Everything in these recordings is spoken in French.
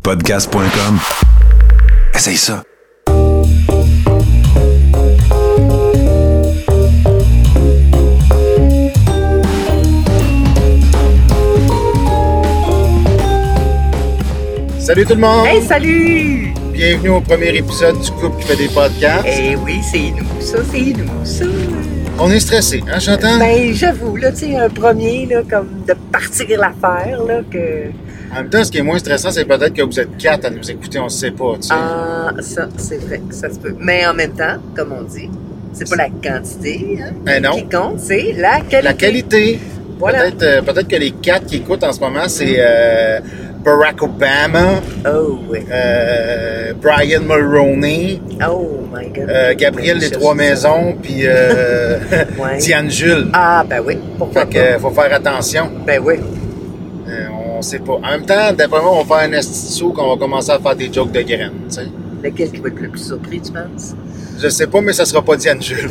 Podcast.com. Essaye ça. Salut tout le monde! Hey, salut! Bienvenue au premier épisode du couple qui fait des podcasts. Eh oui, c'est nous, ça. On est stressé, hein, Chantal? Ben, j'avoue, là, tu sais, un premier, là, comme de partir l'affaire, là, que... En même temps, ce qui est moins stressant, c'est peut-être que vous êtes 4 à nous écouter, on ne sait pas, tu sais. Ah, ça, c'est vrai, ça se peut. Mais en même temps, comme on dit, c'est pas la quantité, hein, Ben non. qui compte, c'est la qualité. La qualité. Voilà. Peut-être que les 4 qui écoutent en ce moment, c'est Barack Obama, Oh, oui. Brian Mulroney, Oh, my God. Gabriel Je des Trois Maisons, puis Ouais. Diane Jules. Ah, ben oui, pourquoi Fait que faut faire attention. pas? Ben oui. On sait pas. En même temps, d'après moi, on va faire un estisso qu'on va commencer à faire des jokes de graines, tu sais. Lequel qui va être le plus surpris, tu penses? Je sais pas, mais ça sera pas Diane Jules.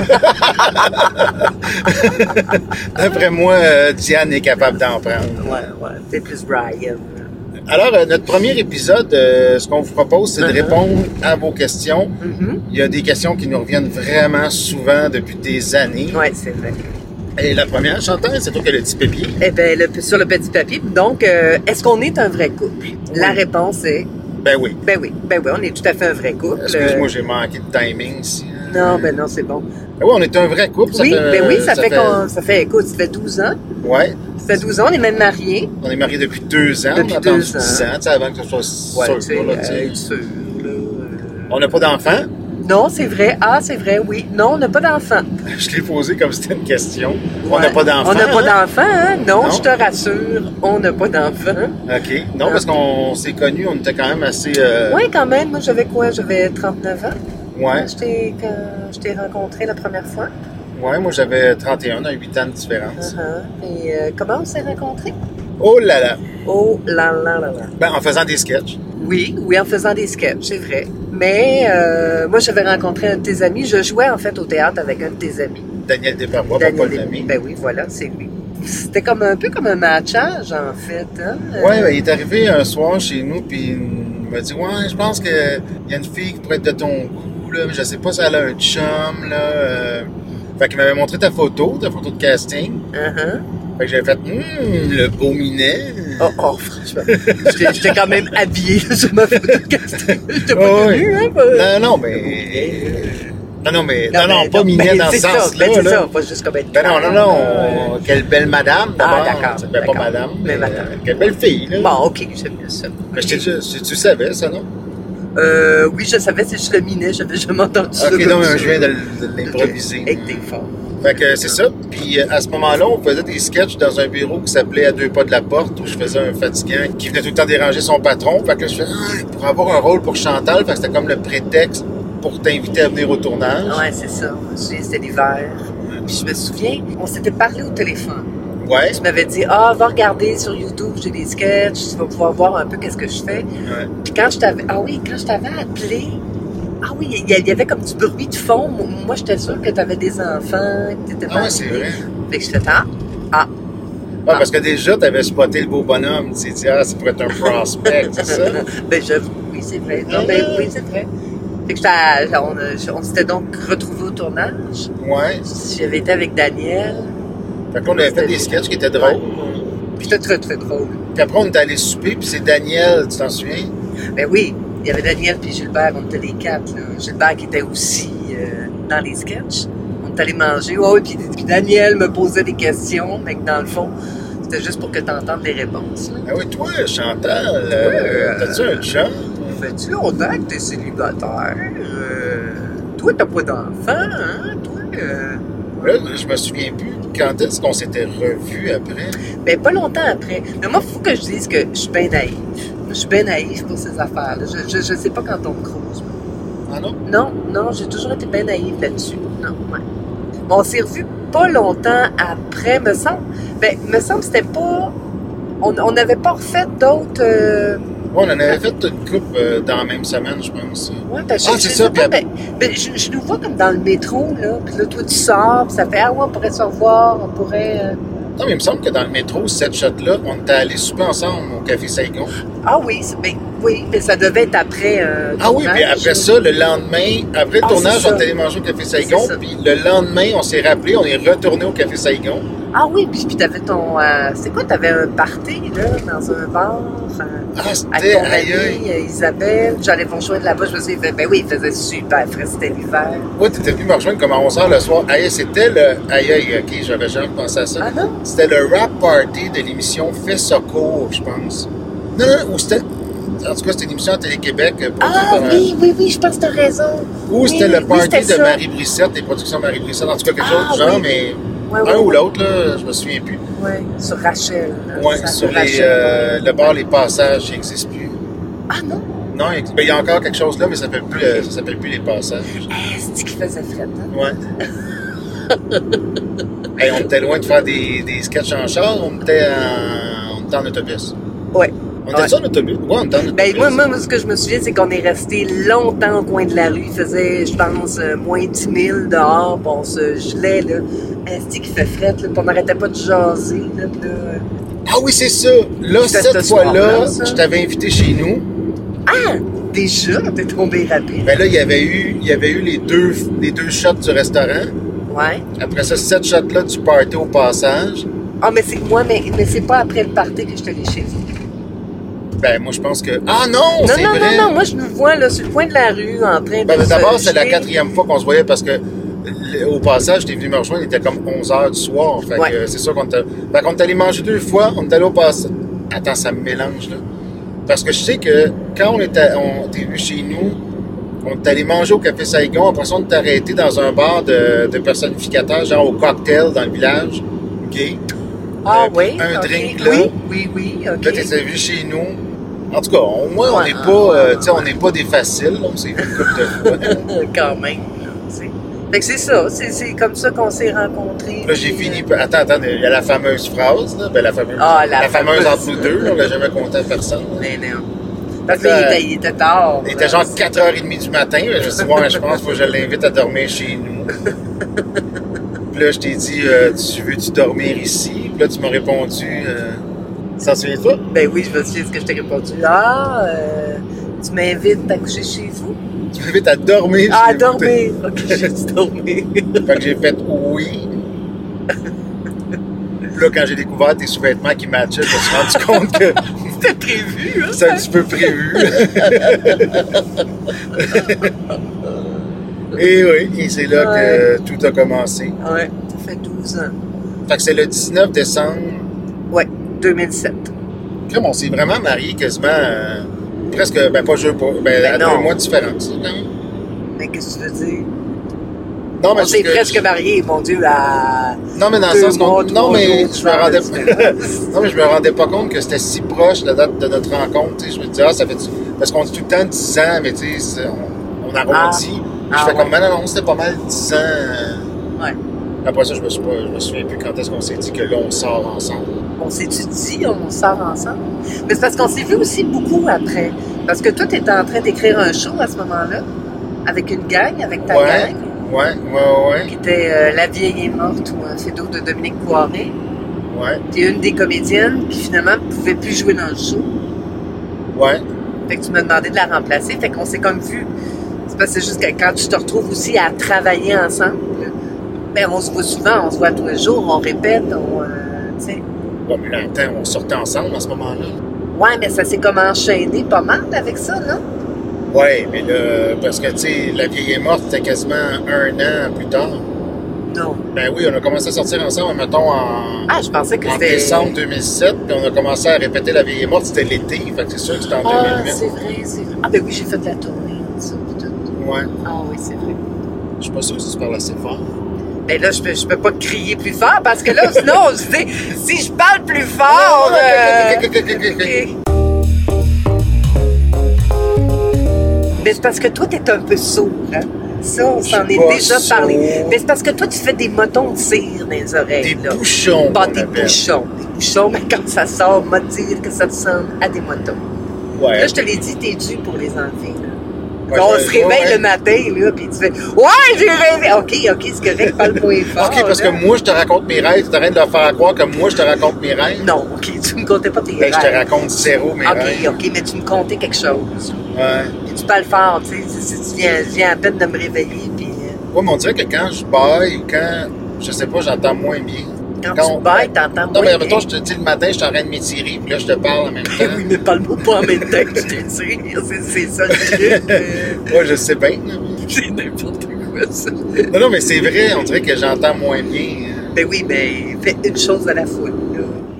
D'après moi, Diane est capable d'en prendre. Ouais, c'est plus Brian. Alors, notre premier épisode, ce qu'on vous propose, c'est de répondre à vos questions. Mm-hmm. Il y a des questions qui nous reviennent vraiment souvent depuis des années. Ouais, c'est vrai. Et la première, Chantal, c'est toi qui as le petit papier. Eh bien, sur le petit papier. Donc, est-ce qu'on est un vrai couple? La réponse est Ben oui. ben oui, on est tout à fait un vrai couple. Excuse-moi, j'ai manqué de timing ici. Non, ben non, c'est bon. Ben oui, on est un vrai couple. Oui, ça fait, écoute, ça fait 12 ans. Ouais. Ça fait 12 ans, on est même mariés. On est mariés depuis 2 ans. Depuis on a attendu 2 ans. 10 ans, tu sais, avant que ce soit Ouais, sûr. Là, tu sais. sûr, là. On n'a pas d'enfant. Non, c'est vrai. Ah, c'est vrai, oui. Non, on n'a pas d'enfant. Je l'ai posé comme si c'était une question. On Ouais. n'a pas d'enfant. On n'a pas hein? d'enfant, hein? Non, Non. je te rassure, on n'a pas d'enfant. OK. Non, parce qu'on s'est connus, on était quand même assez... Oui, quand même. Moi, j'avais quoi? J'avais 39 ans. Ouais. Quand je t'ai rencontré la première fois. Ouais, moi j'avais 31, on a 8 ans de différence. Et comment on s'est rencontrés? Oh là là! Oh là là là là. Ben, en faisant des sketchs. Oui, en faisant des sketchs, c'est vrai. Mais moi, j'avais rencontré un de tes amis. Je jouais en fait au théâtre avec un de tes amis. Daniel Desparois, Daniel Paul Lamy. Ben oui, voilà, c'est lui. C'était comme un peu comme un matchage, en fait. Hein? Ouais, ben, il est arrivé un soir chez nous, puis il m'a dit « Ouais, je pense qu'il y a une fille qui pourrait être de ton goût, là, mais je sais pas si elle a un chum, là. Fait qu'il m'avait montré ta photo de casting. Fait que j'avais fait le beau minet. Oh, franchement. J'étais quand même habillé sur ma photo de casting. J'étais pas Oh, venu, oui. hein? Non, pas minet dans ce sens-là. C'est là. ça, pas juste comme être... Ben non. Quelle belle madame, d'abord. d'accord, Ça s'appelle pas d'accord. madame, Mais madame. quelle belle fille, là. Bon, OK, j'aime bien ça. Mais tu savais, ça, non? Oui, je savais, c'est juste le minet, j'avais jamais entendu ça. Ok, comme non, ça. je viens de l'improviser. Avec des formes. Fait que c'est ça. Puis à ce moment-là, on faisait des sketchs dans un bureau qui s'appelait À 2 pas de la porte, où je faisais un fatigant qui venait tout le temps déranger son patron. Fait que là, je faisais pour avoir un rôle pour Chantal. Fait que c'était comme le prétexte pour t'inviter à venir au tournage. Ouais, c'est ça. C'était l'hiver. Puis je me souviens, on s'était parlé au téléphone. Ouais. Tu m'avais dit, va regarder sur YouTube, j'ai des sketchs, tu vas pouvoir voir un peu qu'est-ce que je fais. Ouais. Puis quand je t'avais appelé, il y avait comme du bruit de fond. Moi, j'étais sûre que tu avais des enfants, que tu étais Ah, c'est vrai. Fait que je fais, Ouais, parce que déjà, t'avais spoté le beau bonhomme. Tu t'es dit, ça pourrait être un prospect, c'est ça? Ben, j'avoue, oui, c'est vrai. Non, oui, c'est vrai. Fait que on s'était donc retrouvés au tournage. Ouais. J'avais été avec Daniel. Fait que là, on avait fait des sketchs qui étaient drôles. Puis c'était très, très drôle. Puis après, on est allé souper, puis c'est Daniel, tu t'en souviens? Ben oui, il y avait Daniel puis Gilbert, on était les 4. Là. Gilbert qui était aussi dans les sketchs. On est allé manger. Oh, puis Daniel me posait des questions, mais que dans le fond, c'était juste pour que tu entendes les réponses. Là. Ah oui, toi, Chantal, t'as-tu un chum? Fais-tu longtemps que t'es célibataire? Toi, t'as pas d'enfant, hein? Toi, Là, je me souviens plus quand est-ce qu'on s'était revus après. Ben, pas longtemps après. Mais moi, il faut que je dise que je suis bien naïve. Je suis bien naïve pour ces affaires-là. Je sais pas quand on me croise. Ah non? Non, j'ai toujours été bien naïve là-dessus. Non, ouais. Bon, on s'est revus pas longtemps après, me semble. Ben, me semble que c'était pas... On n'avait pas refait d'autres... Ouais, on en avait fait une coupe dans la même semaine, je pense. Ouais, ben, c'est ça. Pas, je nous vois comme dans le métro, là. Puis là, toi, tu sors, puis ça fait, on pourrait se revoir, on pourrait... Non, mais il me semble que dans le métro, cette shot-là, on était allés souper ensemble au Café Saigon. Ah oui, mais ça devait être après Ah oui, puis après ça, le lendemain, après le tournage, c'est on ça. est allé manger au Café Saigon, C'est ça. puis le lendemain, on s'est rappelé, on est retourné au Café Saigon. Ah oui, puis t'avais ton... c'est quoi, t'avais un party, là, dans un bar, Ah, avec c'était, ton aïe, amie, Isabelle. J'allais vous rejoindre là-bas, je me suis dit, ben oui, il faisait super frais, c'était l'hiver. ouais, t'étais venu me rejoindre comme à 11h le soir. Aïe, c'était le... Aïe, ok, j'avais jamais pensé à ça. Ah non? C'était le rap party de l'émission Fais secours, je pense. Non, ou c'était... En tout cas, c'était une émission à Télé-Québec. Produite Ah par... oui, je pense que t'as raison. Ou c'était le party c'était de ça. Marie Brissette, des productions Marie Brissette. En tout cas, quelque chose du Ah, genre, oui. mais Ouais, un ou l'autre, là, je me souviens plus. Ouais, sur Rachel. Là, Ouais, ça, sur Rachel. le bar Les Passages, il n'existe plus. Ah non? Non, il y a encore quelque chose là, mais ça s'appelle plus Les Passages. C'est qui faisait frais, hein? Ouais. Hey, on était loin de faire des sketchs en char, on était en autobus. Ouais. On était ça en autobus? Ouais, on était en autobus. Ben, moi, ce que je me souviens, c'est qu'on est resté longtemps au coin de la rue. Il faisait, je pense, moins 10 000 dehors, puis on se gelait, là. C'est qui fait fret, là, puis on n'arrêtait pas de jaser, là, puis là... Ah oui, c'est ça! Là, C'était cette ce fois-là, soir-là, ça. je t'avais invité chez nous. Ah! Déjà? T'es tombé rapide. Ben là, il y avait eu les deux shots du restaurant. Ouais. Après ça, cette shots-là du party au passage. Ah, mais c'est pas après le party que je suis allée chez vous. Ben, moi, je pense que... Ah non, c'est vrai! Non, moi, je nous vois, là, sur le coin de la rue, en train de Ben, se d'abord, c'est la geler. 4e fois qu'on se voyait parce que au passage, t'es venu me rejoindre, il était comme 11h du soir. Fait Ouais. que c'est sûr qu'on est allé manger 2 fois, on est allé au passage. Attends, ça me mélange, là. Parce que je sais que quand t'es venu chez nous, on est allé manger au Café Saigon, après ça, on est arrêté dans un bar de personnificateurs, genre au cocktail dans le village, gay. Ah oui? Un ok. drink, là. Oui, OK. Là, t'es venu chez nous. En tout cas, au moins, on Ouais, n'est pas, tu sais, on n'est pas des faciles, là, on s'est vu une couple de fois. Quand même, là, tu sais. Fait que c'est ça, c'est comme ça qu'on s'est rencontrés. Là, j'ai puis, fini. Attends, il y a la fameuse phrase, là. Ben, la fameuse entre nous deux, là, on l'a jamais compté à personne. Là. Mais non. Parce que là, il était tard. Il était genre 4h30 du matin. Là, je me suis dit, ouais, je pense qu'il faut que je l'invite à dormir chez nous. Puis là, je t'ai dit, tu veux-tu dormir ici? Puis là, tu m'as répondu, t'en souviens-toi? Ben oui, je me souviens de ce que je t'ai répondu. Tu m'invites à coucher chez vous? Tu m'invites à dormir Ah, à chez vous. dormir. OK, j'ai dit dormir. Fait que j'ai fait oui. Puis là, quand j'ai découvert tes sous-vêtements qui matchaient, je me suis rendu compte que C'était prévu, hein? c'est un petit peu prévu. Et oui, et c'est là que tout a commencé. Ouais, ça fait 12 ans. Fait que c'est le 19 décembre. Ouais, 2007. Comme on s'est vraiment mariés quasiment presque, ben pas à non. 2 mois de différence. Quand même. Mais qu'est-ce que tu veux dire? Non, mais On s'est presque mariés, mon Dieu, à... Non, mais dans le 2 sens qu'on. mois, Non, 3 mais jours, je me rendais différence. Non, mais je me rendais pas compte que c'était si proche la date de notre rencontre. Tu sais, je me disais, ça fait. Parce qu'on dit tout le temps 10 ans, mais tu sais, on arrondit. Je fais comme, non, c'était pas mal 10 ans. Ouais. Après ça, je me souviens plus quand est-ce qu'on s'est dit que là, on sort ensemble. On s'est-tu dit, on sort ensemble? Mais c'est parce qu'on s'est vu aussi beaucoup après. Parce que toi, t'étais en train d'écrire un show à ce moment-là, avec une gang, avec ta gang, Ouais. qui était La vieille est morte, ou un fido de Dominique Poiré. Ouais. T'es une des comédiennes qui finalement ne pouvait plus jouer dans le show. Ouais. Fait que tu m'as demandé de la remplacer. Fait qu'on s'est comme vu. C'est parce que c'est juste que quand tu te retrouves aussi à travailler ensemble, ben on se voit souvent, on se voit tous les jours, on répète, tu sais. Ouais, mais là, attends, on sortait ensemble à ce moment-là. Ouais, mais ça s'est comme enchaîné pas mal avec ça, non? Ouais, mais là, parce que, tu sais, La vieille est morte, c'était quasiment 1 an plus tard. Non. Ben oui, on a commencé à sortir ensemble, mettons, Ah, je pensais que en c'était... décembre 2007, puis on a commencé à répéter La vieille est morte, c'était l'été, fait que c'est sûr que c'était en 2008. c'est vrai. Ah, ben oui, j'ai fait de la tournée, ça, pis tout. Ouais. Ah oui, c'est vrai. Je sais pas si tu parles assez fort. Ben là, je peux pas crier plus fort, parce que là, sinon, je dis, si je parle plus fort... Ok. Mais c'est parce que toi, t'es un peu sourd, hein? Ça, on s'en Je suis est pas déjà sourd. parlé. Mais c'est parce que toi, tu fais des motons de cire dans les oreilles, Des là. bouchons. Pas qu'on des appelle. bouchons. Des bouchons, mais quand ça sort, m'a dire que ça ressemble à des motons. Ouais. Là, je te l'ai dit, t'es dû pour les enlever, là. Ouais, On ouais, se réveille ouais. le matin, là, puis tu fais « Ouais, j'ai rêvé! » OK, c'est correct, parle moins fort. OK, parce là. que moi, je te raconte mes rêves. Tu es en train de leur faire croire que moi, je te raconte mes rêves. Non, OK, tu me contais pas tes Ben, rêves. je te raconte zéro mes rêves. OK, mais tu me contais quelque chose. Ouais. Puis tu parles fort, tu sais. Si tu viens à peine de me réveiller, puis Ouais, mais on dirait que quand je baille ou quand, je sais pas, j'entends moins bien. quand tu te bailles, t'entends Non, mais moins mettons, bien. je te dis le matin, je suis en train de m'étirer, puis là, je te parle en même temps. Oui, mais parle-moi pas en même temps que je t'étire. C'est ça le truc. Ouais, je sais bien. Là. C'est n'importe quoi, ça. Non, mais c'est vrai, on dirait que j'entends moins bien. Ben oui, mais fais une chose à la fois, là.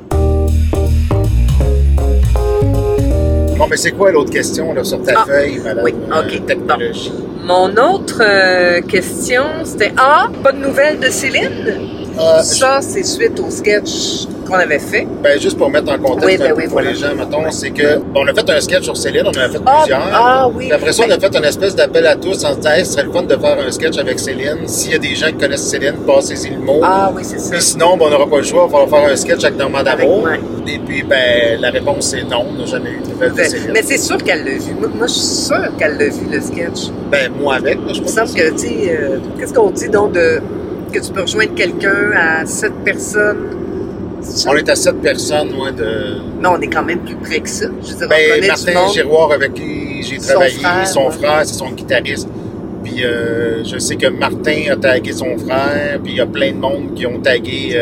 Bon, mais c'est quoi l'autre question là, sur ta feuille, madame? Oui, OK. Technologie. Mon autre question, c'était pas de nouvelles de Céline? Ça, c'est suite au sketch qu'on avait fait. Ben, juste pour mettre en contexte Oui, un peu pour voilà. les gens, mettons, c'est que on a fait un sketch sur Céline, on en a fait Ah, plusieurs. oui. Puis après ça, on a fait une espèce d'appel à tous en se disant, hey, ce serait le fun de faire un sketch avec Céline. S'il y a des gens qui connaissent Céline, passez-y le mot. Ah oui, c'est ça. Puis sinon, ben, on n'aura pas le choix, il va falloir faire un sketch avec Normand D'Amour. Avec Et puis, ben, la réponse c'est non, on n'a jamais eu de nouvelles de Céline. Mais c'est sûr qu'elle l'a vu. Moi, je suis sûre qu'elle l'a vu, le sketch. Ben, moi avec, là, je Il me pense. semble que, tu sais, qu'est-ce qu'on dit donc que tu peux rejoindre quelqu'un à 7 personnes? C'est ça? On est à 7 personnes, ouais, de... Mais on est quand même plus près que ça. Je veux dire, on Ben, connaît Martin du monde. Giroir, avec qui j'ai Son travaillé, frère, son ouais. frère, c'est son guitariste. Puis je sais que Martin a tagué son frère, puis il y a plein de monde qui ont tagué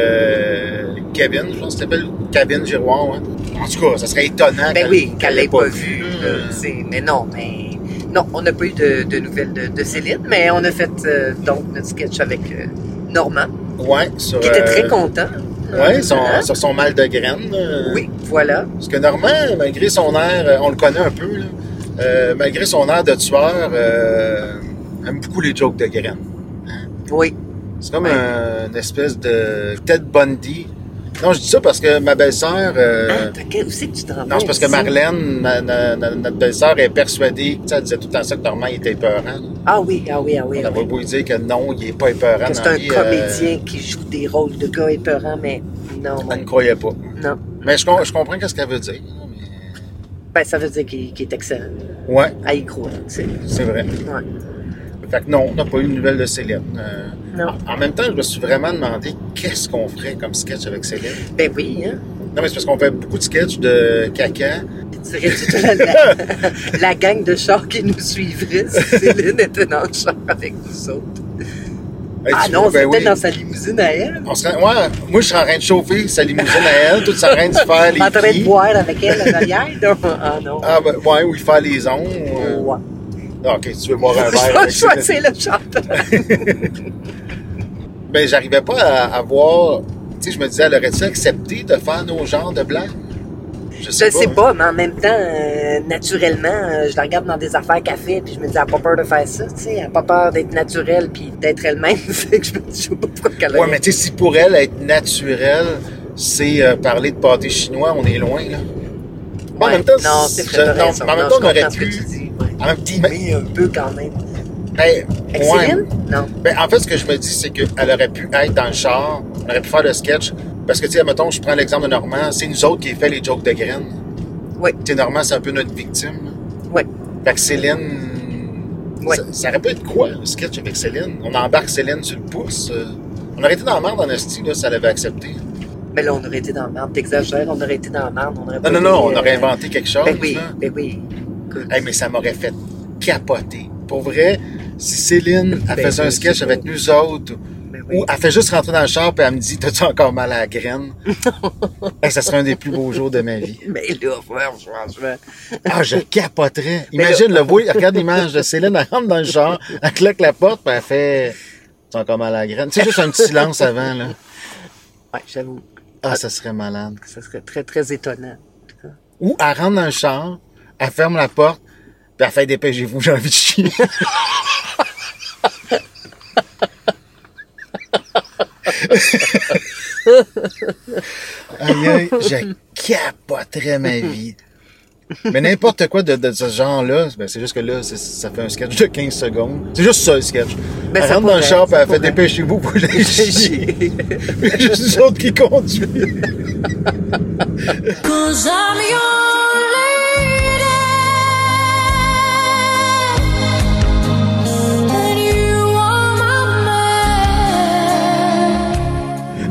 Kevin, je pense que s'appelle Kevin Giroir. Ouais. En tout cas, ça serait étonnant Ben oui, qu'elle l'ait l'ait pas vu. là. Mais non, non, on n'a pas eu de nouvelles de Céline, mais on a fait donc notre sketch avec Normand, Ouais, sur... qui était très content. Ouais, Hein? sur son mal de graines. Oui, voilà. Parce que Normand, malgré son air, on le connaît un peu, là, malgré son air de tueur, aime beaucoup les jokes de graines. Oui. C'est comme Ouais. une espèce de Ted Bundy. Non, je dis ça parce que ma belle-sœur... Où c'est que tu t'en non, c'est parce que Marlène, notre belle-sœur, est persuadée, tu sais, elle disait tout le temps ça que Normand il était épeurant. Là. Ah oui. On avait beau lui dire que non, il est pas épeurant. Que c'est dans la un vie, comédien qui joue des rôles de gars épeurants, mais non. Elle ne croyait pas. Non. Mais je comprends ce qu'elle veut dire. Mais... Ben, ça veut dire qu'il est excellent. Ouais, À y croire, tu sais. c'est vrai. Ouais. Fait que non, on n'a pas eu de nouvelles de Céline. Non. En même temps, je me suis vraiment demandé qu'est-ce qu'on ferait comme sketch avec Céline. Ben oui, hein. Non, mais c'est parce qu'on fait beaucoup de sketchs de caca. Tu dirais la gang de chars qui nous suivrait si Céline était dans le char avec nous autres. Hey, Ah tu non, vois, ben c'était oui. dans sa limousine à elle. Ouais, moi, je suis en train de chauffer sa limousine à elle, tout en train de faire les En train pieds. de boire avec elle en arrière. Non. Ah non. Ah, ben, ouais, où il fait les ongles. Ouais. Ah, OK, tu veux boire un Je verre vais avec Céline. choisir le chanteur. Ben, j'arrivais pas à voir... Tu sais, je me disais, elle aurait-tu accepté de faire nos genres de blagues? Je sais pas, mais en même temps, naturellement, je la regarde dans des affaires qu'elle fait, puis je me dis, elle n'a pas peur de faire ça, tu sais. Elle n'a pas peur d'être naturelle, puis d'être elle-même. Fait que je me dis, je sais pas pourquoi qu'elle Ouais, mais tu sais, si pour elle, être naturelle, c'est parler de pâté chinois, on est loin, là. En même temps, non, c'est vrai, t'as raison. mais en même Non, temps, je on aurait comprends ce que pu... tu dis, ouais. En même Mais un peu quand même. Hey, Avec ouais. Céline? Non. Ben, en fait, ce que je me dis, c'est qu'elle aurait pu être dans le char, elle aurait pu faire le sketch, parce que, tu sais, mettons, je prends l'exemple de Normand, c'est nous autres qui fait les jokes de graines. Oui. Tu sais, Normand, c'est un peu notre victime. Oui. Fait que Céline... Ouais. Ça aurait pu être quoi, le sketch avec Céline? On embarque Céline sur le pouce. On aurait été dans la merde en esti, là, si elle avait accepté. Mais là, on aurait été dans la merde. T'exagères, on aurait été dans la merde. On aurait pas Non, été, on aurait inventé quelque chose. Ben oui, là. ben oui. Écoute. Hey, mais ça m'aurait fait capoter. Pour vrai, si Céline elle Ben, faisait un je sketch sais avec pas. nous autres, Ben oui. ou elle fait juste rentrer dans le char et elle me dit « T'as-tu encore mal à la graine? » Hey, ça serait un des plus beaux jours de ma vie. Mais là, franchement. Ah, je capoterais. Imagine, le voix, regarde l'image de Céline, elle rentre dans le char, elle claque la porte puis elle fait « T'as encore mal à la graine? » Tu sais, juste un petit silence avant, là. Ouais, j'avoue. Ah, ça serait malade. Ça serait très, très étonnant. Ou elle rentre dans le char, elle ferme la porte, puis elle fait « Dépêchez-vous, j'ai envie de chier. » Aïe, aïe, je capoterais ma vie. Mais n'importe quoi de ce genre-là, ben c'est juste que là, ça fait un sketch de 15 secondes. C'est juste ça, le sketch. Ben, Elle ça rentre dans le pourrait, char, puis ça elle fait pourrait. dépêchez-vous pour que j'aille chier. C'est juste nous autres qui conduisent. Cause I'm your lady.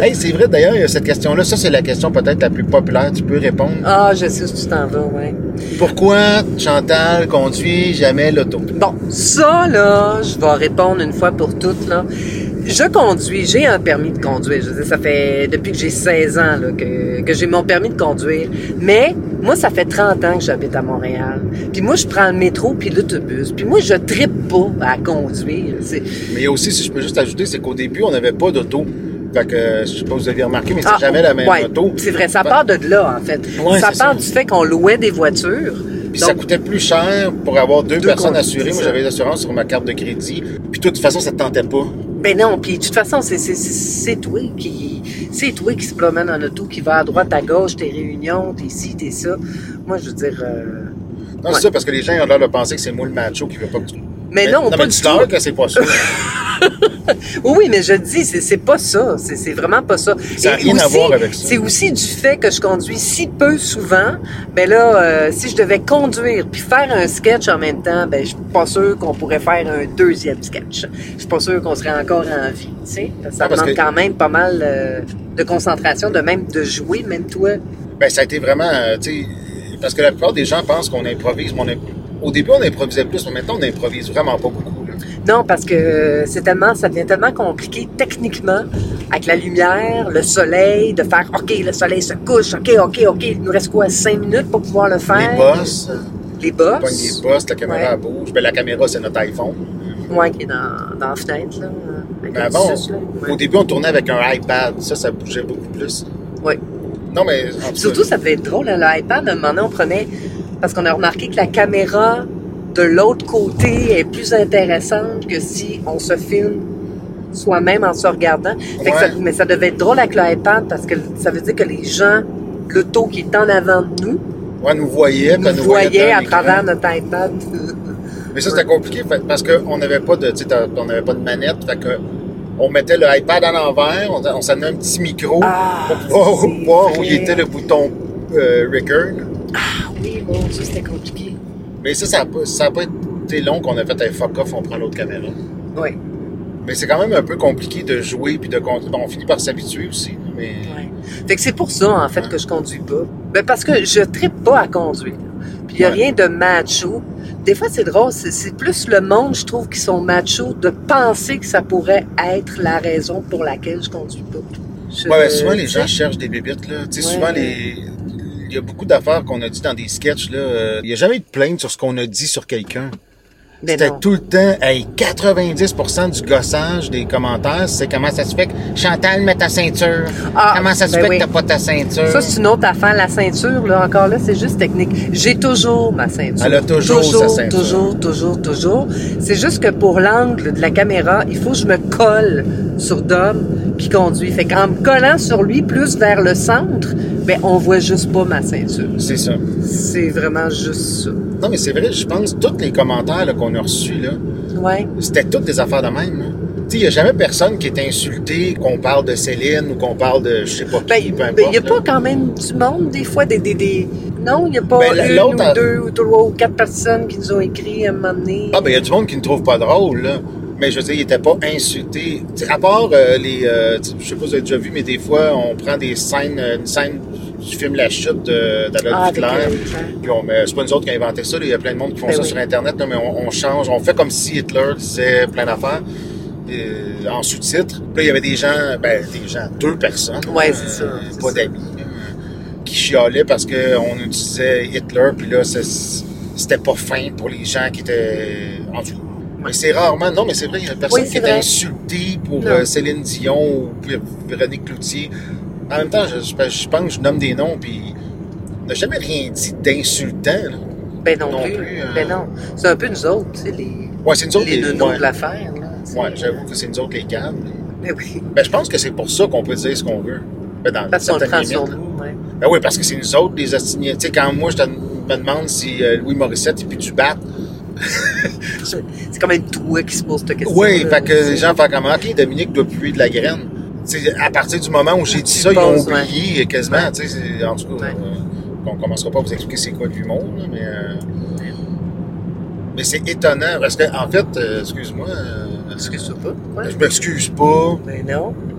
Hey, c'est vrai, d'ailleurs, il y a cette question-là. Ça, c'est la question peut-être la plus populaire. Tu peux répondre. Ah, je sais où tu t'en vas, ouais. Pourquoi Chantal conduit jamais l'auto? Bon, ça, là, je vais répondre une fois pour toutes, là. Je conduis, j'ai un permis de conduire. Je veux dire, ça fait depuis que j'ai 16 ans là, que j'ai mon permis de conduire. Mais moi, ça fait 30 ans que j'habite à Montréal. Puis moi, je prends le métro puis l'autobus. Puis moi, je trippe pas à conduire. Mais il y a aussi, si je peux juste ajouter, c'est qu'au début, on n'avait pas d'auto. Fait que, je sais pas si vous avez remarqué, mais c'est jamais la même auto. C'est vrai, ça part de là, en fait. Ouais, ça part du fait qu'on louait des voitures. Puis donc, ça coûtait plus cher pour avoir deux personnes assurées. Moi, ça. j'avais l'assurance sur ma carte de crédit. Puis de toute façon, ça te tentait pas. Ben non, puis de toute façon, c'est toi qui se promène en auto, qui va à droite, à gauche, tes réunions, t'es ci, t'es ça. Moi, je veux dire... Non, c'est ça, parce que les gens ont l'air de penser que c'est moi le macho qui veut pas que tu... Mais non, pas du tout. Que c'est pas ça. Oui, mais je dis, c'est pas ça. C'est vraiment pas ça. Ça n'a rien à voir avec ça. C'est aussi du fait que je conduis si peu souvent. Ben là, si je devais conduire puis faire un sketch en même temps, ben je suis pas sûr qu'on pourrait faire un deuxième sketch. Je suis pas sûr qu'on serait encore en vie, tu sais. Ça demande quand même pas mal de concentration, de même de jouer, même toi. Ben ça a été vraiment, tu sais, parce que la plupart des gens pensent qu'on improvise, mais au début on improvisait plus, mais maintenant on improvise vraiment pas beaucoup. Non, parce que ça devient tellement compliqué techniquement, avec la lumière, le soleil, de faire, OK, le soleil se couche, OK, il nous reste quoi, 5 minutes pour pouvoir le faire? Les bosses. Pogne des bosses, la caméra bouge. Ben, la caméra, c'est notre iPhone. Oui, qui est dans la fenêtre, là. Mais avant, au début, on tournait avec un iPad. Ça bougeait beaucoup plus. Oui. Non, mais... Surtout, ça devait être drôle, hein, l'iPad. À un moment donné, on prenait... Parce qu'on a remarqué que la caméra de l'autre côté est plus intéressante que si on se filme soi-même en se regardant. Fait que mais ça devait être drôle avec l'iPad parce que ça veut dire que les gens, l'auto qui est en avant de nous, nous voyaient à travers notre iPad. Mais ça, c'était compliqué parce qu'on n'avait pas de manette. Fait que on mettait le iPad à l'envers, on s'en donnait un petit micro pour pouvoir voir où il était le bouton record. Ah oui, bon, ça c'était compliqué. Mais ça a pas été long qu'on a fait un fuck-off, on prend l'autre caméra. Oui. Mais c'est quand même un peu compliqué de jouer puis de conduire. Bon, on finit par s'habituer aussi, mais... Ouais. Fait que c'est pour ça, en fait, que je conduis pas. Ben, parce que je trippe pas à conduire. Puis il y a rien de macho. Des fois, c'est drôle, c'est plus le monde, je trouve, qui sont machos, de penser que ça pourrait être la raison pour laquelle je conduis pas. Souvent, les gens cherchent des bébites, là. Tu sais, souvent, il y a beaucoup d'affaires qu'on a dit dans des sketchs, là. Il n'y a jamais eu de plainte sur ce qu'on a dit sur quelqu'un. C'était tout le temps, 90% du gossage des commentaires, c'est comment ça se fait que Chantal met ta ceinture. Comment ça se fait que t'as pas ta ceinture. Ça, c'est une autre affaire. La ceinture, là, encore là, c'est juste technique. J'ai toujours ma ceinture. Elle a toujours sa ceinture. Toujours. C'est juste que pour l'angle de la caméra, il faut que je me colle sur Dom qui conduit. Fait qu'en me collant sur lui plus vers le centre, ben, on voit juste pas ma ceinture. C'est ça. C'est vraiment juste ça. Non, mais c'est vrai, je pense, tous les commentaires là, qu'on a reçus, là, c'était toutes des affaires de même. Tu sais, il n'y a jamais personne qui est insulté, qu'on parle de Céline ou qu'on parle de je sais pas qui, peu importe. Il n'y a pas quand même du monde, des fois, Non, il n'y a pas une ou deux ou trois ou quatre personnes qui nous ont écrit à un moment donné. Ah, ben il y a du monde qui ne trouve pas drôle, là. Mais je veux dire, il n'était pas insulté. T'sais, à part je sais pas si vous avez déjà vu, mais des fois, on prend une scène du film La Chute d'Adolf Hitler. Puis c'est pas nous autres qui avons inventé ça. Il y a plein de monde qui font ça sur Internet, là, mais on change. On fait comme si Hitler disait plein d'affaires en sous-titres. Puis là, il y avait des gens, 2 personnes. Ouais, c'est ça. Pas d'amis, qui chialaient parce qu'on utilisait Hitler. Puis là, c'était pas fin pour les gens qui étaient en dessous. Mais c'est rarement... Non, mais c'est vrai, il y a personne qui est insulté pour Céline Dion ou Véronique Cloutier. En même temps, je pense que je nomme des noms, puis on n'a jamais rien dit d'insultant. Là. Ben non plus. Ben non. C'est un peu nous autres, tu sais, c'est nous autres les noms de l'affaire. Oui, j'avoue que c'est nous autres les cadres. Ben oui. Ben je pense que c'est pour ça qu'on peut dire ce qu'on veut. Ben, parce qu'on le prend sur nous, Ben oui, parce que c'est nous autres, les astignés. Tu sais, quand moi, je me demande si Louis Morissette est plus du bat. C'est quand même toi qui se pose cette question. Oui, fait que les gens font comme OK, Dominique doit puer de la graine. T'sais, à partir du moment où j'ai dit ça, ils ont oublié quasiment. En tout cas, on commencera pas à vous expliquer c'est quoi l'humour, mais c'est étonnant parce que en fait, excuse-moi. Excuse-toi pas. Je m'excuse pas. Mais non.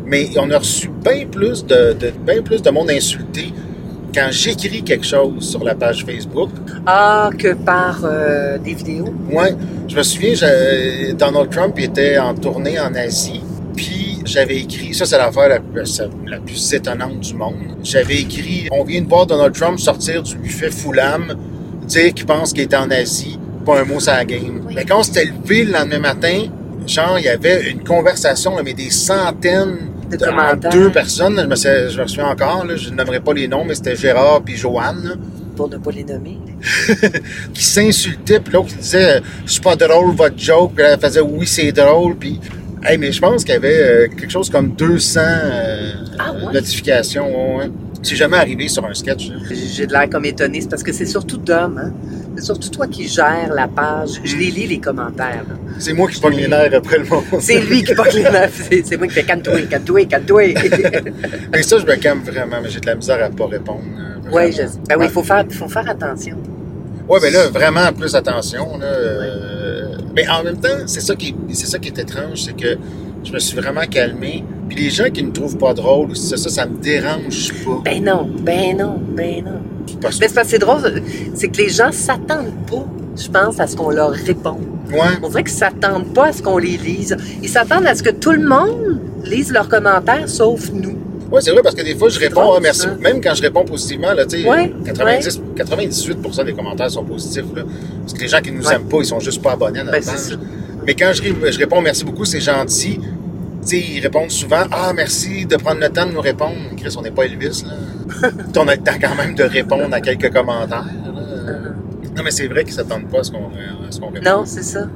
Mais on a reçu bien plus de monde insulté quand j'écris quelque chose sur la page Facebook. Ah, que par des vidéos? Moi, je me souviens, Donald Trump était en tournée en Asie, puis j'avais écrit, ça c'est l'affaire la plus étonnante du monde, j'avais écrit, on vient de voir Donald Trump sortir du buffet Foulam, dire qu'il pense qu'il était en Asie, pas un mot sur la game. Oui. Mais quand on s'était levé le lendemain matin, genre, il y avait une conversation, mais des centaines de entre commentaires. deux personnes, je me souviens encore, là, je ne nommerai pas les noms, mais c'était Gérard puis Joanne, là, Pour ne pas les nommer. qui s'insultaient, puis l'autre qui disait « C'est pas drôle votre joke », puis elle faisait « Oui, c'est drôle », puis... Hey, mais je pense qu'il y avait quelque chose comme 200 ouais? notifications. Ouais. C'est jamais arrivé sur un sketch. Là. J'ai de l'air comme étonné, c'est parce que c'est surtout Dom, hein? C'est surtout toi qui gères la page. Je les lis, les commentaires. Là. C'est moi qui pogne les nerfs après le monde. C'est lui qui porte les nerfs. C'est moi qui fais calme-toi. Mais ça, je me calme vraiment, mais j'ai de la misère à pas répondre. Oui, je sais. Ben oui, il faut faire attention. Ouais, mais là, vraiment plus attention. Là, mais en même temps, c'est ça qui est étrange, c'est que je me suis vraiment calmé. Puis les gens qui ne trouvent pas drôle, ça me dérange pas. Ben non. Parce Mais c'est parce que c'est drôle, c'est que les gens s'attendent pas, je pense, à ce qu'on leur réponde. Ouais. On dirait qu'ils s'attendent pas à ce qu'on les lise. Ils s'attendent à ce que tout le monde lise leurs commentaires, sauf nous. Oui, c'est vrai, parce que des fois, je réponds drôle, merci. ça. Même quand je réponds positivement, là, tu sais, Ouais, 98% des commentaires sont positifs. Là, parce que les gens qui nous aiment pas, ils sont juste pas abonnés à notre Ben, page. c'est ça. Mais quand je réponds merci beaucoup, c'est gentil. Tu sais, ils répondent souvent « Ah, merci de prendre le temps de nous répondre. » Chris, on n'est pas Elvis, là. On a le temps quand même de répondre à quelques commentaires. Là. Non, mais c'est vrai qu'ils s'attendent pas à ce qu'on réponde. Non, c'est ça.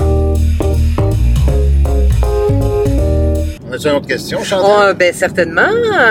On a-tu une autre question, Chantal? Ben certainement.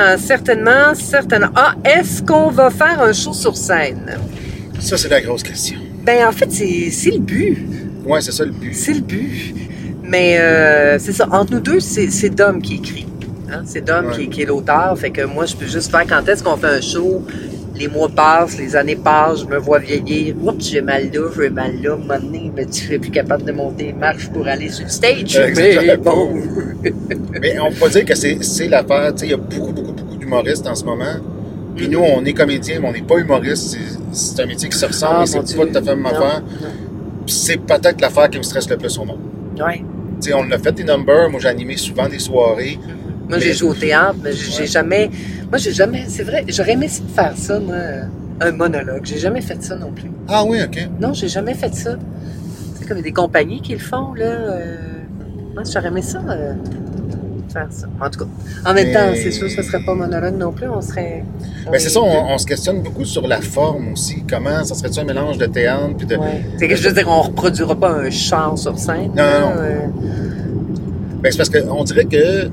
Ah, est-ce qu'on va faire un show sur scène? Ça, c'est la grosse question. Ben en fait, c'est le but. Ouais, c'est ça le but. C'est le but. Mais c'est ça. Entre nous deux, c'est Dom qui écrit. Hein? C'est Dom qui est l'auteur. Fait que moi, je peux juste faire quand est-ce qu'on fait un show. Les mois passent, les années passent, je me vois vieillir. Oups, j'ai mal là, à un moment donné, ben, tu serais plus capable de monter les marches pour aller sur le stage. Mais bon. Mais on peut dire que c'est l'affaire. Tu sais, il y a beaucoup d'humoristes en ce moment. Puis nous, on est comédiens, mais on n'est pas humoristes. C'est un métier qui se ressemble, mais c'est pas tout à fait la même affaire. Puis c'est peut-être l'affaire qui me stresse le plus au monde. Ouais. Tu sais, on a fait des numbers. Moi, j'ai animé souvent des soirées. Moi, j'ai joué au théâtre, mais j'ai jamais... Moi, j'ai jamais... C'est vrai, j'aurais aimé faire ça, moi, un monologue. J'ai jamais fait ça non plus. Ah oui, OK. Non, j'ai jamais fait ça. C'est comme des compagnies qui le font, là. Moi, j'aurais aimé ça, faire ça. En tout cas, en même temps, c'est sûr que ce serait pas monologue non plus. On serait... Ben c'est ça, on se questionne beaucoup sur la forme aussi. Comment, ça serait-tu un mélange de théâtre puis de... Ouais. C'est que je veux dire, on reproduira pas un chant sur scène. Non. Ben c'est parce qu'on dirait que...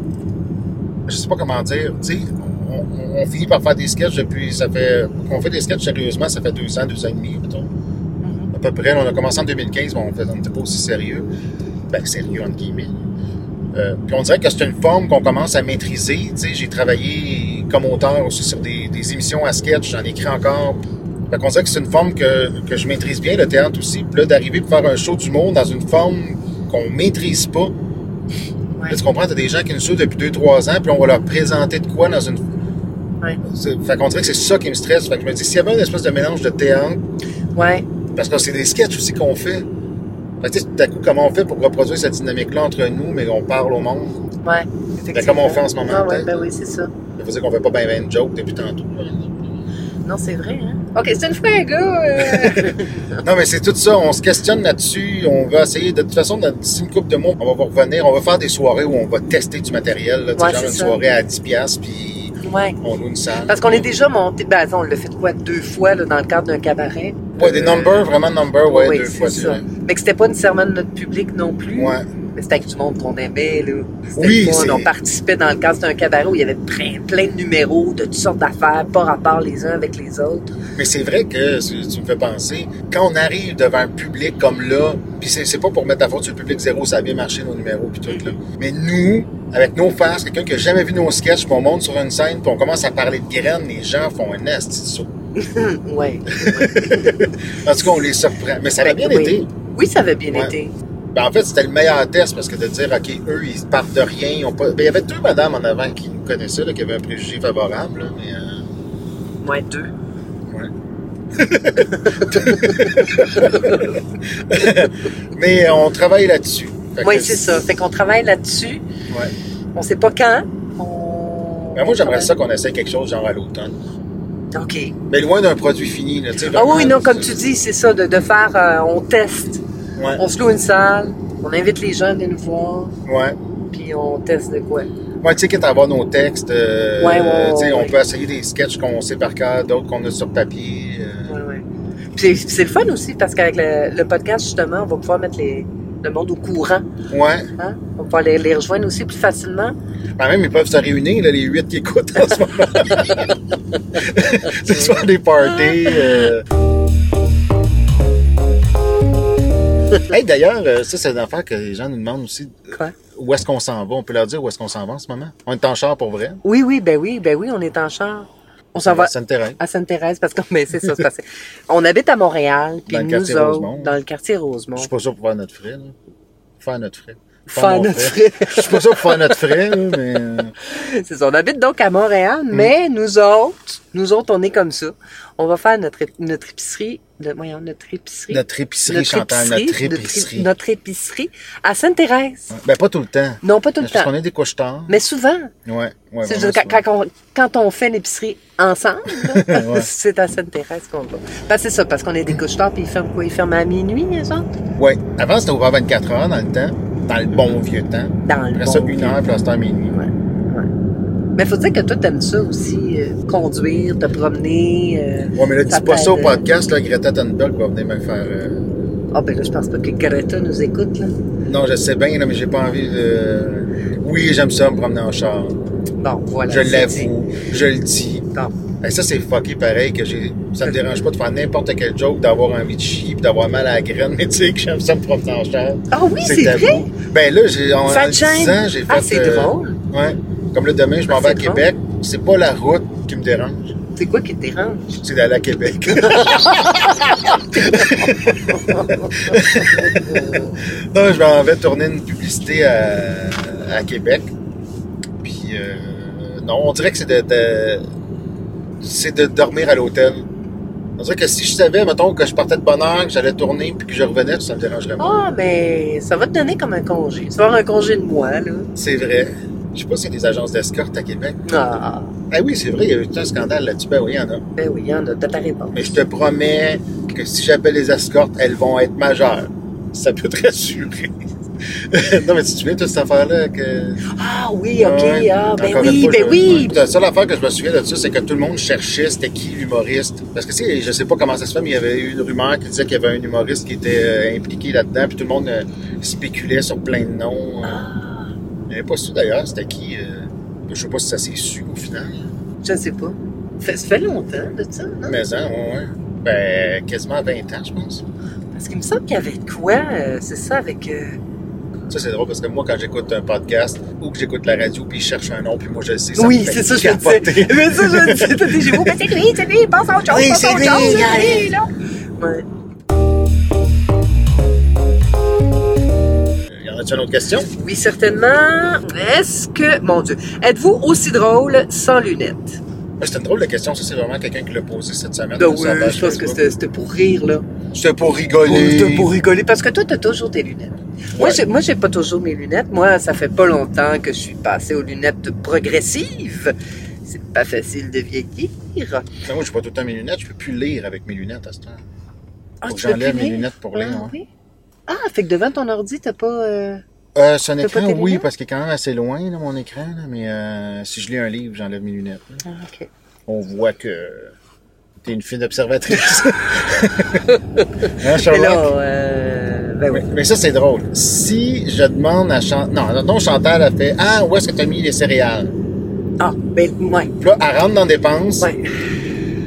Je sais pas comment dire, tu sais, on finit par faire des sketchs depuis, on fait des sketchs sérieusement, ça fait 2 ans et demi, mettons. À peu près, on a commencé en 2015, mais on n'était pas aussi sérieux. Ben, sérieux, entre guillemets. Puis on dirait que c'est une forme qu'on commence à maîtriser, tu sais, j'ai travaillé comme auteur aussi sur des émissions à sketch, j'en écris encore. Fait qu'on dirait que c'est une forme que je maîtrise bien, le théâtre aussi. Puis là, d'arriver pour faire un show d'humour dans une forme qu'on maîtrise pas. Ouais. Là, tu comprends, t'as des gens qui nous suivent depuis 2-3 ans, puis on va leur présenter de quoi dans une... Ouais. Fait qu'on dirait que c'est ça qui me stresse. Fait que je me dis, s'il y avait une espèce de mélange de théâtre, Ouais. parce que c'est des sketchs aussi qu'on fait. Fait que tu sais, tout à coup, comment on fait pour reproduire cette dynamique-là entre nous, mais on parle au monde? Ouais. Ben, comme on fait en ce moment, Ah, ouais, peut-être. ben oui, c'est ça. Ça veut dire qu'on fait pas bien de jokes depuis tantôt. Non, c'est vrai, hein? OK, c'est une fois, gars! Non, mais c'est tout ça. On se questionne là-dessus. On va essayer. De toute façon, d'ici une couple de mois, on va revenir. On va faire des soirées où on va tester du matériel. Là, Ouais, genre c'est une ça. soirée à 10$, puis Ouais. on loue une salle. Parce qu'on est déjà monté... Ben, on l'a fait quoi? 2 fois, là, dans le cadre d'un cabaret. Ouais, des numbers, vraiment numbers, ouais, oui, 2 fois, c'est ça. vrai. Mais que c'était pas nécessairement de notre public non plus. Ouais. Mais c'était avec du monde qu'on aimait, là. C'était Oui, fun. c'est... On participait dans le cadre d'un cabaret où il y avait plein de numéros, de toutes sortes d'affaires, pas rapport les uns avec les autres. Mais c'est vrai que tu me fais penser, quand on arrive devant un public comme là, puis c'est pas pour mettre la faute sur le public zéro, ça a bien marché nos numéros puis tout là. Mais nous, avec nos faces, quelqu'un qui a jamais vu nos sketchs, puis on monte sur une scène, puis on commence à parler de graines, les gens font un asti de saut. Ouais. En tout cas, on les surprend. Mais ça a bien oui. été. Oui, ça avait bien Ouais. été. Ben, en fait, c'était le meilleur test parce que de dire, OK, eux, ils partent de rien. Ils ont pas... Ben, il y avait 2 madames en avant qui nous connaissaient, là, qui avaient un préjugé favorable. Là, mais, Moins 2. ouais. Mais on travaille là-dessus. Oui, c'est ça. Fait qu'on travaille là-dessus. Ouais. On sait pas quand. Ben, moi, j'aimerais ça qu'on essaie quelque chose genre à l'automne. OK. Mais loin d'un produit fini. Là, Ah oui, non, comme tu dis, c'est ça, de faire... on teste. Ouais. On se loue une salle. On invite les gens à venir nous voir. Ouais. Puis on teste de quoi. Ouais, tu sais, quitte à avoir nos textes, tu sais, on ouais. peut essayer des sketchs qu'on sait par cœur, d'autres qu'on a sur papier. Ouais. Puis c'est le fun aussi, parce qu'avec le podcast, justement, on va pouvoir mettre le monde au courant. Ouais. Hein? On va pouvoir les rejoindre aussi plus facilement. Ben même, ils peuvent se réunir, là, les 8 qui écoutent en ce moment. C'est soit des parties. Hey, d'ailleurs, ça, c'est une affaire que les gens nous demandent aussi. Quoi? Où est-ce qu'on s'en va? On peut leur dire où est-ce qu'on s'en va en ce moment? On est en char pour vrai? Oui, on est en char. On s'en va À Sainte-Thérèse. à Sainte-Thérèse parce que c'est ça, c'est parce on habite à Montréal, puis Dans le nous quartier autres, Rosemont. dans le quartier Rosemont. Je suis pas sûr pour faire notre frais, là. Faire notre frais. Faire mon notre frais. Je suis pas sûr pour faire notre frais, là, mais... C'est ça, on habite donc à Montréal, mais nous autres, on est comme ça. On va faire notre épicerie, notre épicerie à Sainte-Thérèse. Ben, pas tout le temps. Non, pas tout le Parce temps. qu'on est des couches tard. Mais souvent. Ouais, C'est vraiment juste quand on fait l'épicerie ensemble, là, Ouais. c'est à Sainte-Thérèse qu'on va. Ben, c'est ça, parce qu'on est des couches tard, puis ils ferment quoi? Ils ferment à minuit, les autres? Ouais. Avant, c'était ouvert 24 heures dans le temps. Dans le bon vieux temps. Dans le Après bon ça, vieux 1 heure, puis là, c'était à minuit. Ouais. Mais faut dire que toi, t'aimes ça aussi, conduire, te promener. Ouais, mais là, ça dis pas ça au t'aide. podcast, là. Greta Thunberg va venir me faire... Ah, ben là, je pense pas que Greta nous écoute, là. Non, je sais bien, là, mais j'ai pas envie de... Oui, j'aime ça, me promener en char. Bon, voilà. Je c'est dit. l'avoue, je le dis. Bon. Et ça, c'est fucké pareil, que ça me dérange pas de faire n'importe quel joke, d'avoir envie de chier, puis d'avoir mal à la graine, mais tu sais que j'aime ça me promener en char. Ah oui, c'est tabou. vrai? Ben là, en Ça le te gêne? disant, j'ai fait... Ah, c'est drôle. Ouais. Comme là, demain, je m'en Ah, vais à c'est drôle. Québec. C'est pas la route qui me dérange, C'est quoi qui te dérange? c'est d'aller à Québec. Non, je m'en vais tourner une publicité à Québec. Puis, non, on dirait que c'est de dormir à l'hôtel. On dirait que si je savais, mettons, que je partais de bonne heure, que j'allais tourner, puis que je revenais, ça me dérangerait moins. Ah, ben, ça va te donner comme un congé. Tu vas avoir un congé de mois, là. C'est vrai. Je sais pas s'il y a des agences d'escorte à Québec. Ah, Ah oui, c'est vrai, il y a eu tout un scandale là-dessus. Ben oui, il y en a. ben oui, il y en a. T'as ta réponse. Mais je te promets que si j'appelle les escortes, elles vont être majeures. Ça peut te rassurer. Non, mais tu te souviens de cette affaire-là que... Ah oui, OK. Ouais. Ah, ben Encore une oui, fois, ben oui. La seule affaire que je me souviens de ça, c'est que tout le monde cherchait c'était qui l'humoriste. Parce que, tu sais, je sais pas comment ça se fait, mais il y avait eu une rumeur qui disait qu'il y avait un humoriste qui était impliqué là-dedans, puis tout le monde spéculait sur plein de noms. Il n'y avait pas su d'ailleurs, c'était qui. Je sais pas si ça s'est su au final. Je sais pas. Ça fait longtemps de ça, non? Mais ouais. Ben, quasiment 20 ans, je pense. Parce qu'il me semble qu'il y avait de quoi, c'est ça, avec... Ça, c'est drôle parce que moi, quand j'écoute un podcast ou que j'écoute la radio puis je cherche un nom puis moi, je le sais. Oui, me fait c'est ça, je le capoter. sais. Mais ça, je le sais. T'as dit, j'ai beau, ben c'est lui, pense à autre chose, Oui, pense à c'est autre lui, chose, allez. c'est lui, là. Ouais. Y en a-tu une autre question? Oui, certainement. Est-ce que, mon Dieu, êtes-vous aussi drôle sans lunettes? C'est une drôle de question. Ça, c'est vraiment quelqu'un qui l'a posé cette semaine. Ben sur sa oui, page je pense que Facebook. c'était pour rire, là. C'était pour rigoler. C'était pour rigoler, parce que toi, t'as toujours tes lunettes. Ouais. Moi, j'ai pas toujours mes lunettes. Moi, ça fait pas longtemps que je suis passée aux lunettes progressives. C'est pas facile de vieillir. Mais moi, je pas tout le temps mes lunettes. Je peux plus lire avec mes lunettes à ce temps. Ah, Faut que tu peux j'enlève plus mes lire? lunettes pour lire. Ah, ouais. oui. Ah, fait que devant ton ordi, t'as pas... C'est un T'as écran, pas tes oui, lunettes? parce qu'il est quand même assez loin, là, mon écran. Là, mais si je lis un livre, j'enlève mes lunettes. Là. Ah, OK. On voit que t'es une fine observatrice. Hein, Mais Sherlock? là, ben oui. Mais ça, c'est drôle. Si je demande à Chantal... Non, Chantal a fait « Ah, où est-ce que t'as mis les céréales? Ah, ben, ouais. » Puis là, elle rentre dans dépenses. Ouais.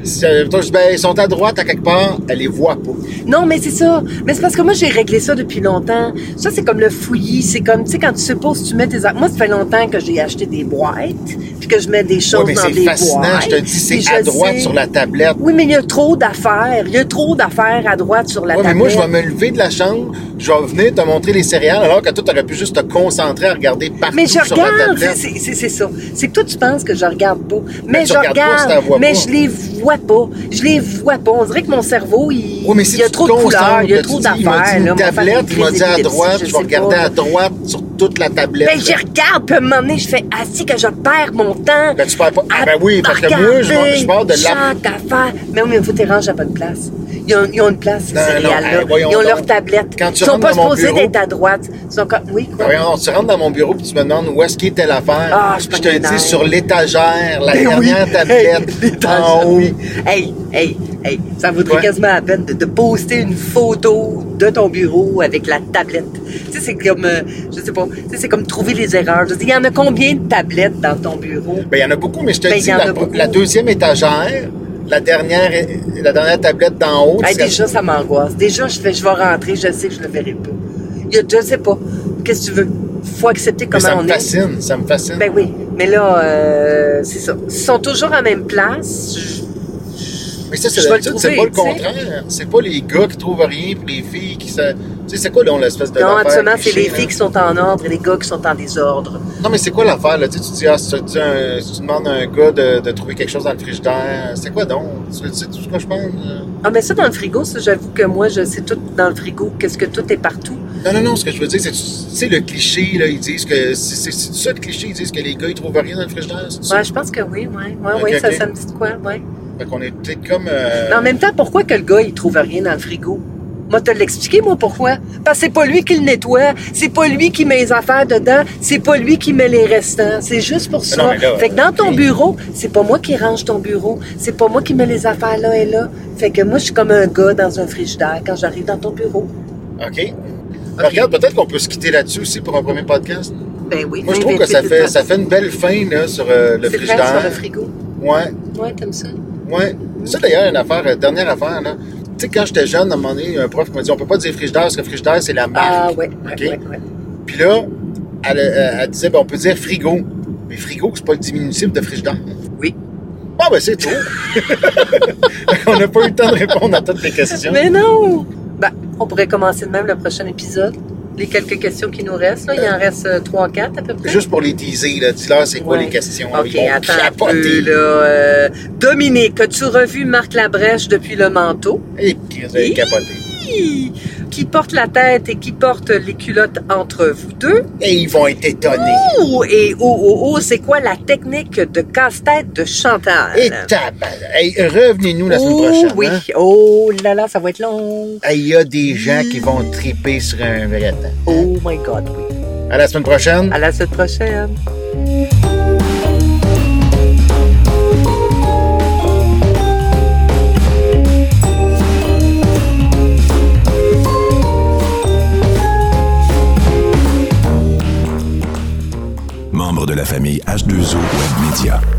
Ils sont à droite à quelque part, elle les voit pas. Non, mais c'est ça. Mais c'est parce que moi, j'ai réglé ça depuis longtemps. Ça, c'est comme le fouillis. C'est comme, tu sais, quand tu sais pas si tu mets tes... Moi, ça fait longtemps que j'ai acheté des boîtes, puis que je mets des choses mais dans c'est des fascinant, boîtes. je te dis, c'est à droite sur la tablette. Oui, mais il y a trop d'affaires. Il y a trop d'affaires à droite sur la tablette. Mais moi, je vais me lever de la chambre, je vais venir te montrer les céréales, alors que toi, t'aurais pu juste te concentrer à regarder partout sur la tablette. C'est ça. C'est que toi, tu penses que je regarde pas. Mais tu je regardes pas si regarde, t'en vois mais pas. je les vois pas. Je les vois pas. On dirait que mon cerveau, il Oui, mais si y a tu trop te de couleurs, concentres, il y a là, trop tu dis, d'affaires. Il m'a là, dit une tablette, il m'a dit à droite, je vais regarder à droite sur toute la tablette. Ben, j'y regarde, puis à un moment donné, je fais assis que je perds mon temps. Ben, tu perds pas. Ah, ben à oui, parce que moi, je pars de la. chaque affaire. Mais oui, mais il faut que tu ranges à bonne place. Ils ont une place, ces Non, céréales-là. voyons Ils ont donc. leur tablette. Quand tu Ils sont rentres pas dans mon supposés bureau- d'être à droite. Ils sont comme... Oui, quoi? Voyons, tu rentres dans mon bureau et tu me demandes où est-ce qu'il était l'affaire. Ah, je je suis te pas dis sur l'étagère, la Ben dernière oui. tablette, Hey, en haut. oui. Hey, ça vaudrait Ouais. quasiment la peine de poster une photo de ton bureau avec la tablette. Tu sais, c'est comme, je sais pas, tu sais, c'est comme trouver les erreurs. Je dis, il y en a combien de tablettes dans ton bureau? Ben, il y en a beaucoup, mais je te Ben, dis, il y en a beaucoup. la deuxième étagère, la dernière tablette d'en haut. Hey, c'est- déjà, ça m'angoisse. Déjà, je vais rentrer, je sais que je le verrai pas. Je sais pas. Qu'est-ce que tu veux? Faut accepter mais comment ça on me est. fascine, ça me fascine. Ben oui. Mais là, c'est ça. Ils sont toujours à la même place. Mais ça, c'est je vais le d'habitude, c'est trouver, pas le tu sais. contraire. C'est pas les gars qui trouvent rien pour les filles qui se. Tu sais, c'est quoi, donc, l'espèce de. Non, l'affaire absolument, c'est cliché, les là? filles qui sont en ordre et les gars qui sont en désordre. Non, mais c'est quoi l'affaire, là? Tu sais, tu dis, si tu demandes à un gars de trouver quelque chose dans le frigidaire, c'est quoi donc? Tu sais tout ce que je pense? Ah, mais ça, dans le frigo, ça, j'avoue que moi, je sais tout dans le frigo, qu'est-ce que tout est partout. Non, ce que je veux dire, c'est, tu sais, le cliché, là, ils disent que. C'est ça le cliché, ils disent que les gars, ils trouvent rien dans le frigidaire, c'est ça? Ouais, je pense que oui, Ok, oui, ok. ça me dit de quoi, ouais. Fait qu'on est peut-être comme. Mais en même temps, pourquoi que le gars, il trouve rien dans le frigo? Moi, te l'expliquer, moi, pourquoi? Parce que c'est pas lui qui le nettoie, c'est pas lui qui met les affaires dedans, c'est pas lui qui met les restants. C'est juste pour ça. non, mais là, fait que dans ton ok. bureau, c'est pas moi qui range ton bureau, c'est pas moi qui mets les affaires là et là. Fait que moi, je suis comme un gars dans un frigidaire quand j'arrive dans ton bureau. OK. Mais regarde, peut-être qu'on peut se quitter là-dessus aussi pour un premier podcast. Ben oui. Moi, je trouve que ça fait une belle fin, là, sur le C'est frigidaire. vrai, sur le frigo. Ouais. Ouais, t'aimes ça? Ouais. Ça, d'ailleurs, une affaire, dernière affaire, là. Tu sais, quand j'étais jeune, à un moment donné, un prof m'a dit, on peut pas dire frigidaire, parce que frigidaire, c'est la marque. Ah, ouais, OK? ouais. Puis là, elle disait, ben, on peut dire frigo. Mais frigo, c'est pas le diminutif de frigidaire. Oui. Ah, ben, c'est tout. On n'a pas eu le temps de répondre à toutes les questions. Mais non! Ben, on pourrait commencer de même le prochain épisode. Les quelques questions qui nous restent, là, il en reste 3-4 à peu près. Juste pour les teaser, là. Dis-leur, c'est quoi Ouais. les questions? OK, Ils vont attends un capoter. peu, là. Dominique, as-tu revu Marc Labrèche depuis le manteau? Et qu'ils avaient capoté. Qui porte la tête et qui porte les culottes entre vous deux? Et ils vont être étonnés. C'est quoi la technique de casse-tête de Chantal? Et hey, revenez-nous la semaine prochaine. Oui. Hein? Oh là là, ça va être long. Hey, il y a des gens qui vont triper sur un vrai temps. Oh my God, oui. À la semaine prochaine. À la semaine prochaine. Membre de la famille H2O Web Media.